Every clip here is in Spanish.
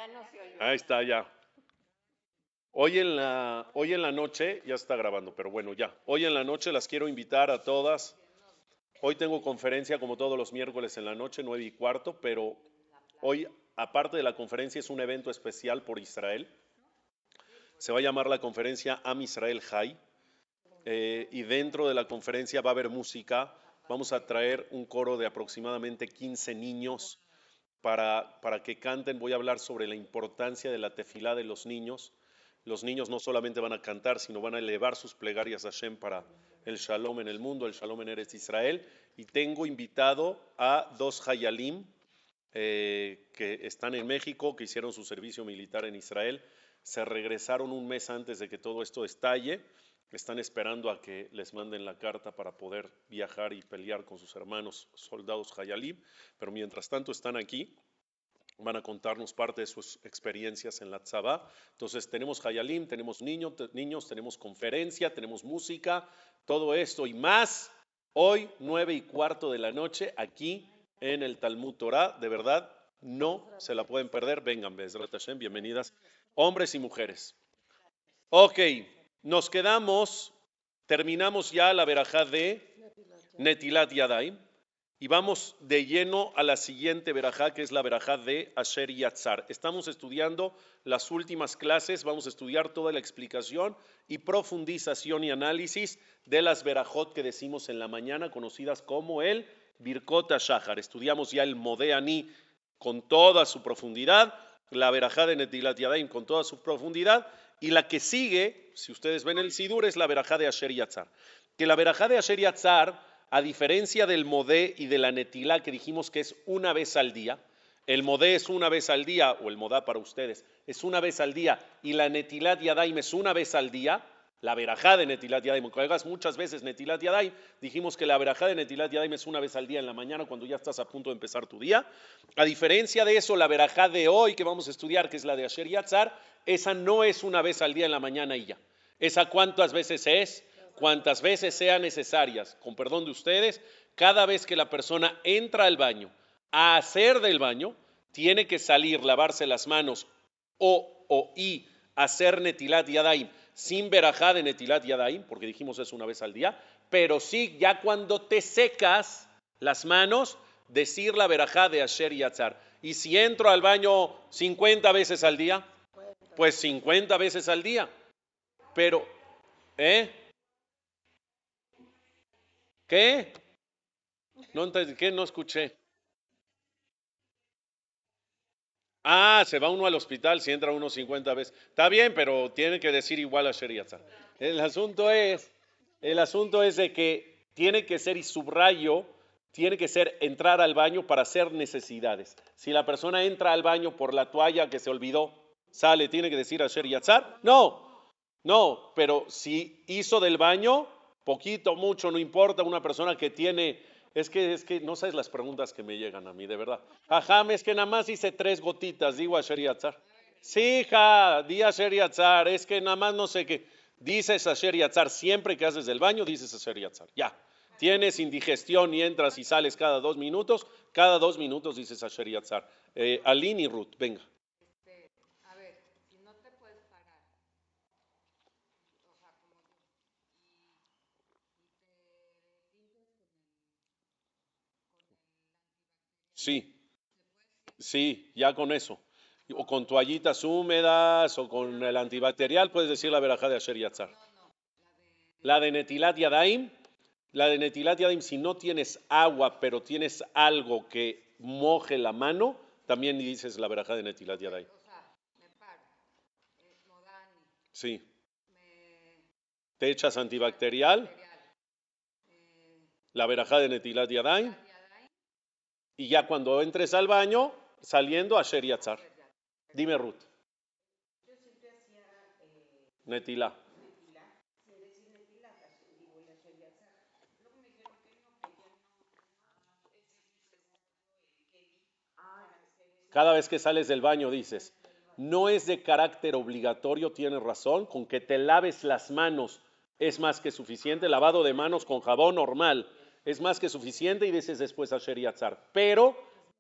ya no se oye. Ahí está, ya. Hoy en la noche, ya está grabando, pero bueno, ya. Hoy en la noche las quiero invitar a todas. Hoy tengo conferencia como todos los miércoles en la noche, 9:15, pero hoy, aparte de la conferencia, es un evento especial por Israel. Se va a llamar la conferencia Am Israel Jai. Y dentro de la conferencia va a haber música. Vamos a traer un coro de aproximadamente 15 niños para que canten. Voy a hablar sobre la importancia de la tefilá de los niños. Los niños no solamente van a cantar, sino van a elevar sus plegarias a Hashem para el shalom en el mundo, el shalom en Eretz Israel. Y tengo invitado a dos hayalim que están en México, que hicieron su servicio militar en Israel. Se regresaron un mes antes de que todo esto estalle. Están esperando a que les manden la carta para poder viajar y pelear con sus hermanos soldados hayalim. Pero mientras tanto están aquí. Van a contarnos parte de sus experiencias en la Tzabá. Entonces tenemos Hayalim, tenemos niños, tenemos conferencia, tenemos música, todo esto y más. Hoy, 9:15 de la noche, aquí en el Talmud Torah. De verdad, no se la pueden perder. Vengan, Bezrat Hashem, bienvenidas, hombres y mujeres. Ok, nos quedamos, terminamos ya la verajá de Netilat Yadayim. Y vamos de lleno a la siguiente verajá, que es la verajá de Asher Yatzar. Estamos estudiando las últimas clases, vamos a estudiar toda la explicación y profundización y análisis de las verajot que decimos en la mañana, conocidas como el Birkot HaShahar. Estudiamos ya el Modé Ani con toda su profundidad, la verajá de Netilat Yadayim con toda su profundidad, y la que sigue, si ustedes ven el Sidur, es la verajá de Asher Yatzar. Que la verajá de Asher Yatzar, a diferencia del modé y de la netilá que dijimos que es una vez al día, el modé es una vez al día, o el modá para ustedes, es una vez al día, y la netilat yadaim es una vez al día, la verajá de netilat yadaim, cuando hagas muchas veces netilat yadaim, dijimos que la verajá de netilat yadaim es una vez al día en la mañana cuando ya estás a punto de empezar tu día. A diferencia de eso, la verajá de hoy que vamos a estudiar, que es la de Asher Yatzar, esa no es una vez al día en la mañana y ya. ¿Esa cuántas veces es? Cuantas veces sean necesarias, con perdón de ustedes, cada vez que la persona entra al baño a hacer del baño, tiene que salir, lavarse las manos y hacer netilat yadaim sin verajá de netilat yadaim, porque dijimos eso una vez al día, pero sí ya cuando te secas las manos, decir la verajá de Asher Yatzar. Y si entro al baño 50 veces al día, pues 50 veces al día. Pero, ¿Qué? No entendí, ¿qué? No escuché. Ah, se va uno al hospital si entra uno 50 veces. Está bien, pero tiene que decir igual a Sheriatzar. El asunto es de que tiene que ser, y subrayo, tiene que ser entrar al baño para hacer necesidades. Si la persona entra al baño por la toalla que se olvidó, sale, tiene que decir a Sheriatzar. No, pero si hizo del baño, poquito, mucho, no importa, una persona que tiene. Es que no sabes las preguntas que me llegan a mí, de verdad. Ajá, es que nada más hice 3 gotitas, digo a Sheriatzar. Sí, ja, di a Sheriatzar, es que nada más no sé qué. Dices a Sheriatzar, siempre que haces el baño, dices a Sheriatzar. Ya. Tienes indigestión y entras y sales cada 2 minutos dices a Sheriatzar. Aline y Ruth, venga. A ver, si no te puedes parar, o sea, como yo, y te limpias con el antibacterial, Sí, ¿se puede? sí, ya con eso. O con toallitas húmedas o con el antibacterial, puedes decir la verajá de Asher Yatzar. No, La de Netilat Yadaim, si no tienes agua, pero tienes algo que moje la mano, también dices la verajá de Netilat Yadaim. o sea, me paro, Modani, Sí, me te echas antibacterial, antibacterial, la verajá de Netilat Yadaim, Netilat Yadayim, y ya cuando entres al baño, saliendo Asher Yatzar. Asher Yat. Dime, Ruth, Yo siempre hacía Netilá. netilá, sin decir netilá, digo el Asher Yatzar. Luego me dijeron que no, que ya no, ese es mi segundo, el que di para hacer eso. Cada vez que sales del baño dices, no es de carácter obligatorio, tienes razón, con que te laves las manos es más que suficiente, lavado de manos con jabón normal es más que suficiente y dices después a Sheriatzar. Pero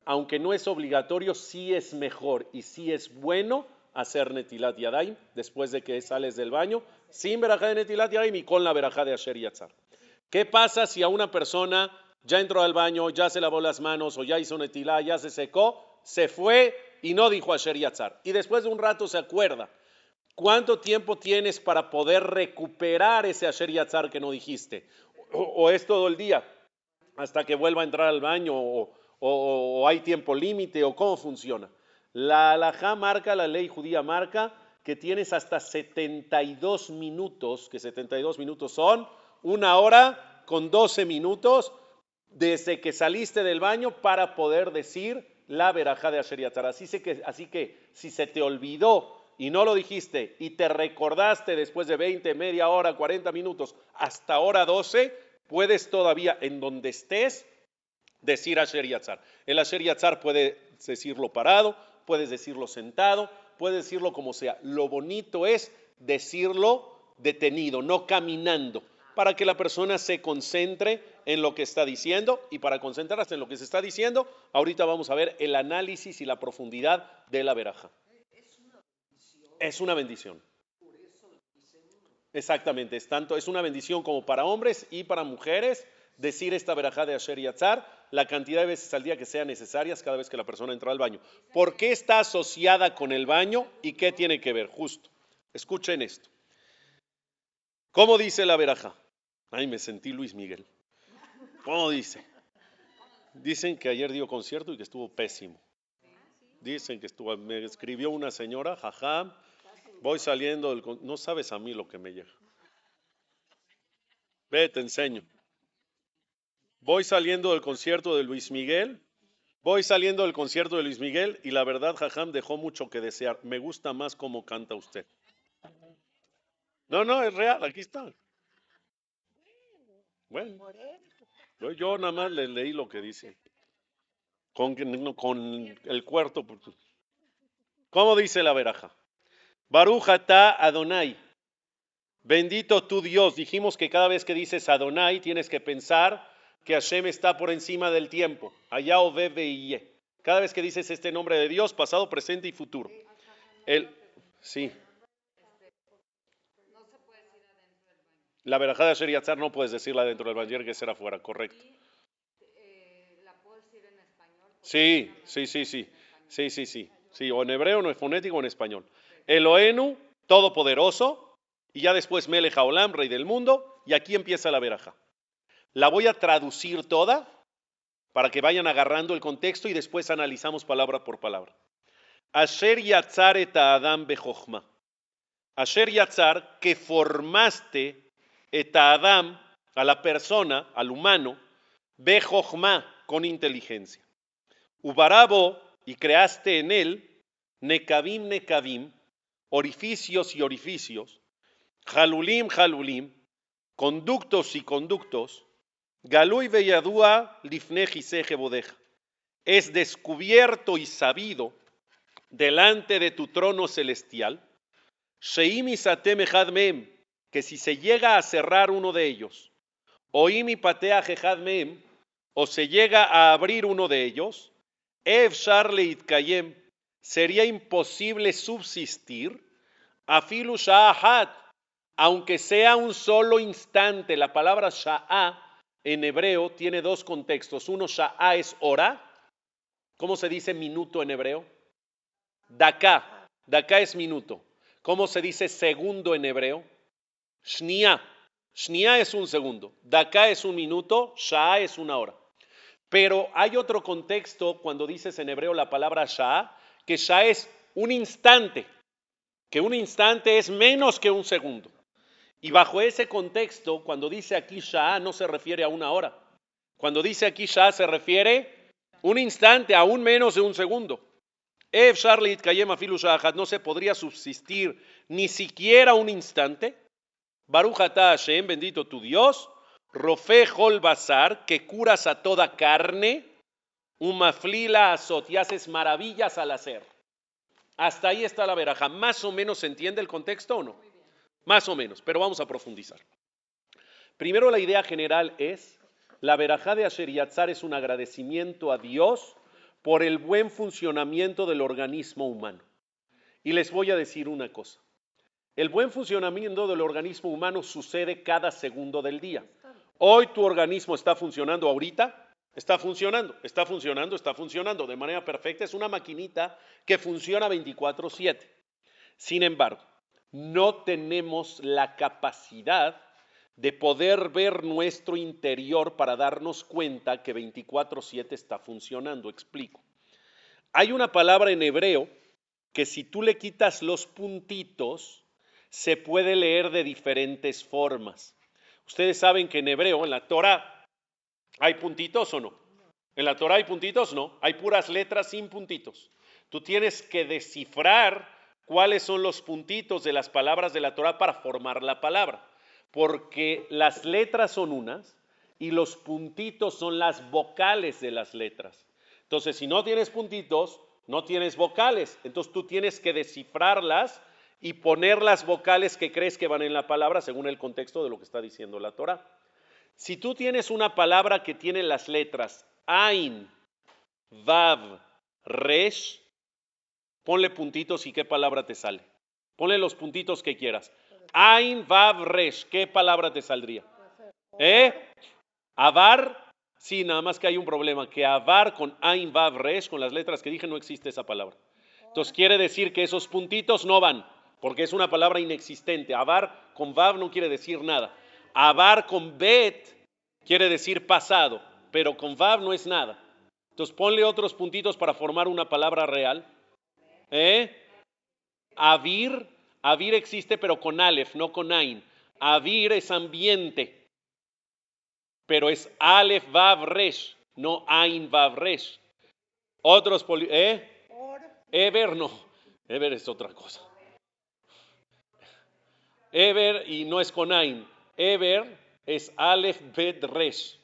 aunque no es obligatorio, sí es mejor y sí es bueno hacer Netilat Yadayim después de que sales del baño, sin verajá de Netilat Yadayim y con la verajá de Asher Yatzar. ¿Qué pasa si a una persona ya entró al baño, ya se lavó las manos o ya hizo Netilat, ya se secó, se fue y no dijo Asher Yatzar? Y después de un rato se acuerda. ¿Cuánto tiempo tienes para poder recuperar ese Asher Yatzar que no dijiste? ¿O es todo el día hasta que vuelva a entrar al baño? ¿O hay tiempo límite? ¿O cómo funciona? La halajá marca, la ley judía marca que tienes hasta 72 minutos, que 72 minutos son 1 hora con 12 minutos desde que saliste del baño para poder decir la verajá de Asher Yatzar. Así que si se te olvidó y no lo dijiste y te recordaste después de 20, media hora, 40 minutos, hasta hora 12, puedes todavía en donde estés decir Asher Yatzar. El Asher Yatzar puedes decirlo parado, puedes decirlo sentado, puedes decirlo como sea. Lo bonito es decirlo detenido, no caminando, para que la persona se concentre en lo que está diciendo, y para concentrarse en lo que se está diciendo, ahorita vamos a ver el análisis y la profundidad de la verajá. Es una bendición. Exactamente, es una bendición como para hombres y para mujeres decir esta verajá de Asher Yatzar la cantidad de veces al día que sean necesarias cada vez que la persona entra al baño. ¿Por qué está asociada con el baño y qué tiene que ver? Justo, escuchen esto. ¿Cómo dice la verajá? Ay, me sentí Luis Miguel. ¿Cómo dice? Dicen que ayer dio concierto y que estuvo pésimo. Dicen que me escribió una señora, jajá, voy saliendo del... No sabes a mí lo que me llega. Ve, te enseño. Voy saliendo del concierto de Luis Miguel. Y la verdad, jajam, dejó mucho que desear. Me gusta más cómo canta usted. No, es real, aquí está. Bueno, yo nada más le leí lo que dice. Con el cuarto. ¿Cómo dice la veraja? Baruch atah Adonai. Bendito tu Dios. Dijimos que cada vez que dices Adonai tienes que pensar que Hashem está por encima del tiempo. Allá ove veiye. Cada vez que dices este nombre de Dios, pasado, presente y futuro. Sí. La verajá de Asher Yatzar no puedes decirla dentro del baño, tiene que ser afuera, correcto. ¿La puedo decir en español? Sí. Sí, o en hebreo, no es fonético, o en español. Elohenu, todopoderoso, y ya después Melech Haolam, rey del mundo, y aquí empieza la verajá. La voy a traducir toda para que vayan agarrando el contexto y después analizamos palabra por palabra. Asher Yatzar et Adam bechokhma. Asher Yatzar, que formaste et Adam, a la persona, al humano, bechokhma, con inteligencia. Ubarabo, y creaste en él, nekavim, orificios y orificios, jalulim, conductos y conductos, galui veyadua lifne gisege bodeja. Es descubierto y sabido delante de tu trono celestial, sheim isatem echad mehem, que si se llega a cerrar uno de ellos, oim ipateach echad mehem, o se llega a abrir uno de ellos, efshar leitkayem, sería imposible subsistir, afilu sha'ahat, aunque sea un solo instante. La palabra sha'a en hebreo tiene dos contextos. Uno, sha'a es hora. ¿Cómo se dice minuto en hebreo? Daká. Daká es minuto. ¿Cómo se dice segundo en hebreo? Shnia. Shnia es un segundo. Daká es un minuto. Sha'a es una hora. Pero hay otro contexto cuando dices en hebreo la palabra sha'a, que sha'a es un instante, que un instante es menos que un segundo. Y bajo ese contexto, cuando dice aquí sha'a, no se refiere a una hora. Cuando dice aquí sha'a, se refiere un instante, aún menos de un segundo. No se podría subsistir ni siquiera un instante. Baruch atah Hashem, bendito tu Dios. Rofe Hol Basar, que curas a toda carne, umaflila azot, y haces maravillas al hacer. Hasta ahí está la verajá. ¿Más o menos se entiende el contexto o no? Más o menos, pero vamos a profundizar. Primero, la idea general es, la verajá de Asher Yatzar es un agradecimiento a Dios por el buen funcionamiento del organismo humano. Y les voy a decir una cosa. El buen funcionamiento del organismo humano sucede cada segundo del día. Hoy tu organismo está funcionando ahorita, está funcionando de manera perfecta. Es una maquinita que funciona 24/7. Sin embargo, no tenemos la capacidad de poder ver nuestro interior para darnos cuenta que 24/7 está funcionando. Explico. Hay una palabra en hebreo que si tú le quitas los puntitos, se puede leer de diferentes formas. Ustedes saben que en hebreo, en la Torah, ¿hay puntitos o no? En la Torah hay puntitos, no. Hay puras letras sin puntitos. Tú tienes que descifrar cuáles son los puntitos de las palabras de la Torah para formar la palabra. Porque las letras son unas y los puntitos son las vocales de las letras. Entonces, si no tienes puntitos, no tienes vocales. Entonces tú tienes que descifrarlas y poner las vocales que crees que van en la palabra según el contexto de lo que está diciendo la Torah. Si tú tienes una palabra que tiene las letras Ain, Vav, Resh, ponle puntitos y qué palabra te sale. Ponle los puntitos que quieras. Ain, Vav, Resh, ¿qué palabra te saldría? Avar, sí, nada más que hay un problema, que Avar con Ain, Vav, Resh, con las letras que dije, no existe esa palabra. Entonces quiere decir que esos puntitos no van, porque es una palabra inexistente. Avar con Vav no quiere decir nada. Avar con Bet quiere decir pasado, pero con Vav no es nada. Entonces ponle otros puntitos para formar una palabra real. Avir, Avir existe pero con Aleph, no con Ain. Avir es ambiente, pero es Aleph Vav Resh, no Ain Vav Resh. Otros, Eber no, Eber es otra cosa. Eber y no es con Ain. Eber es Aleph Bet Resh.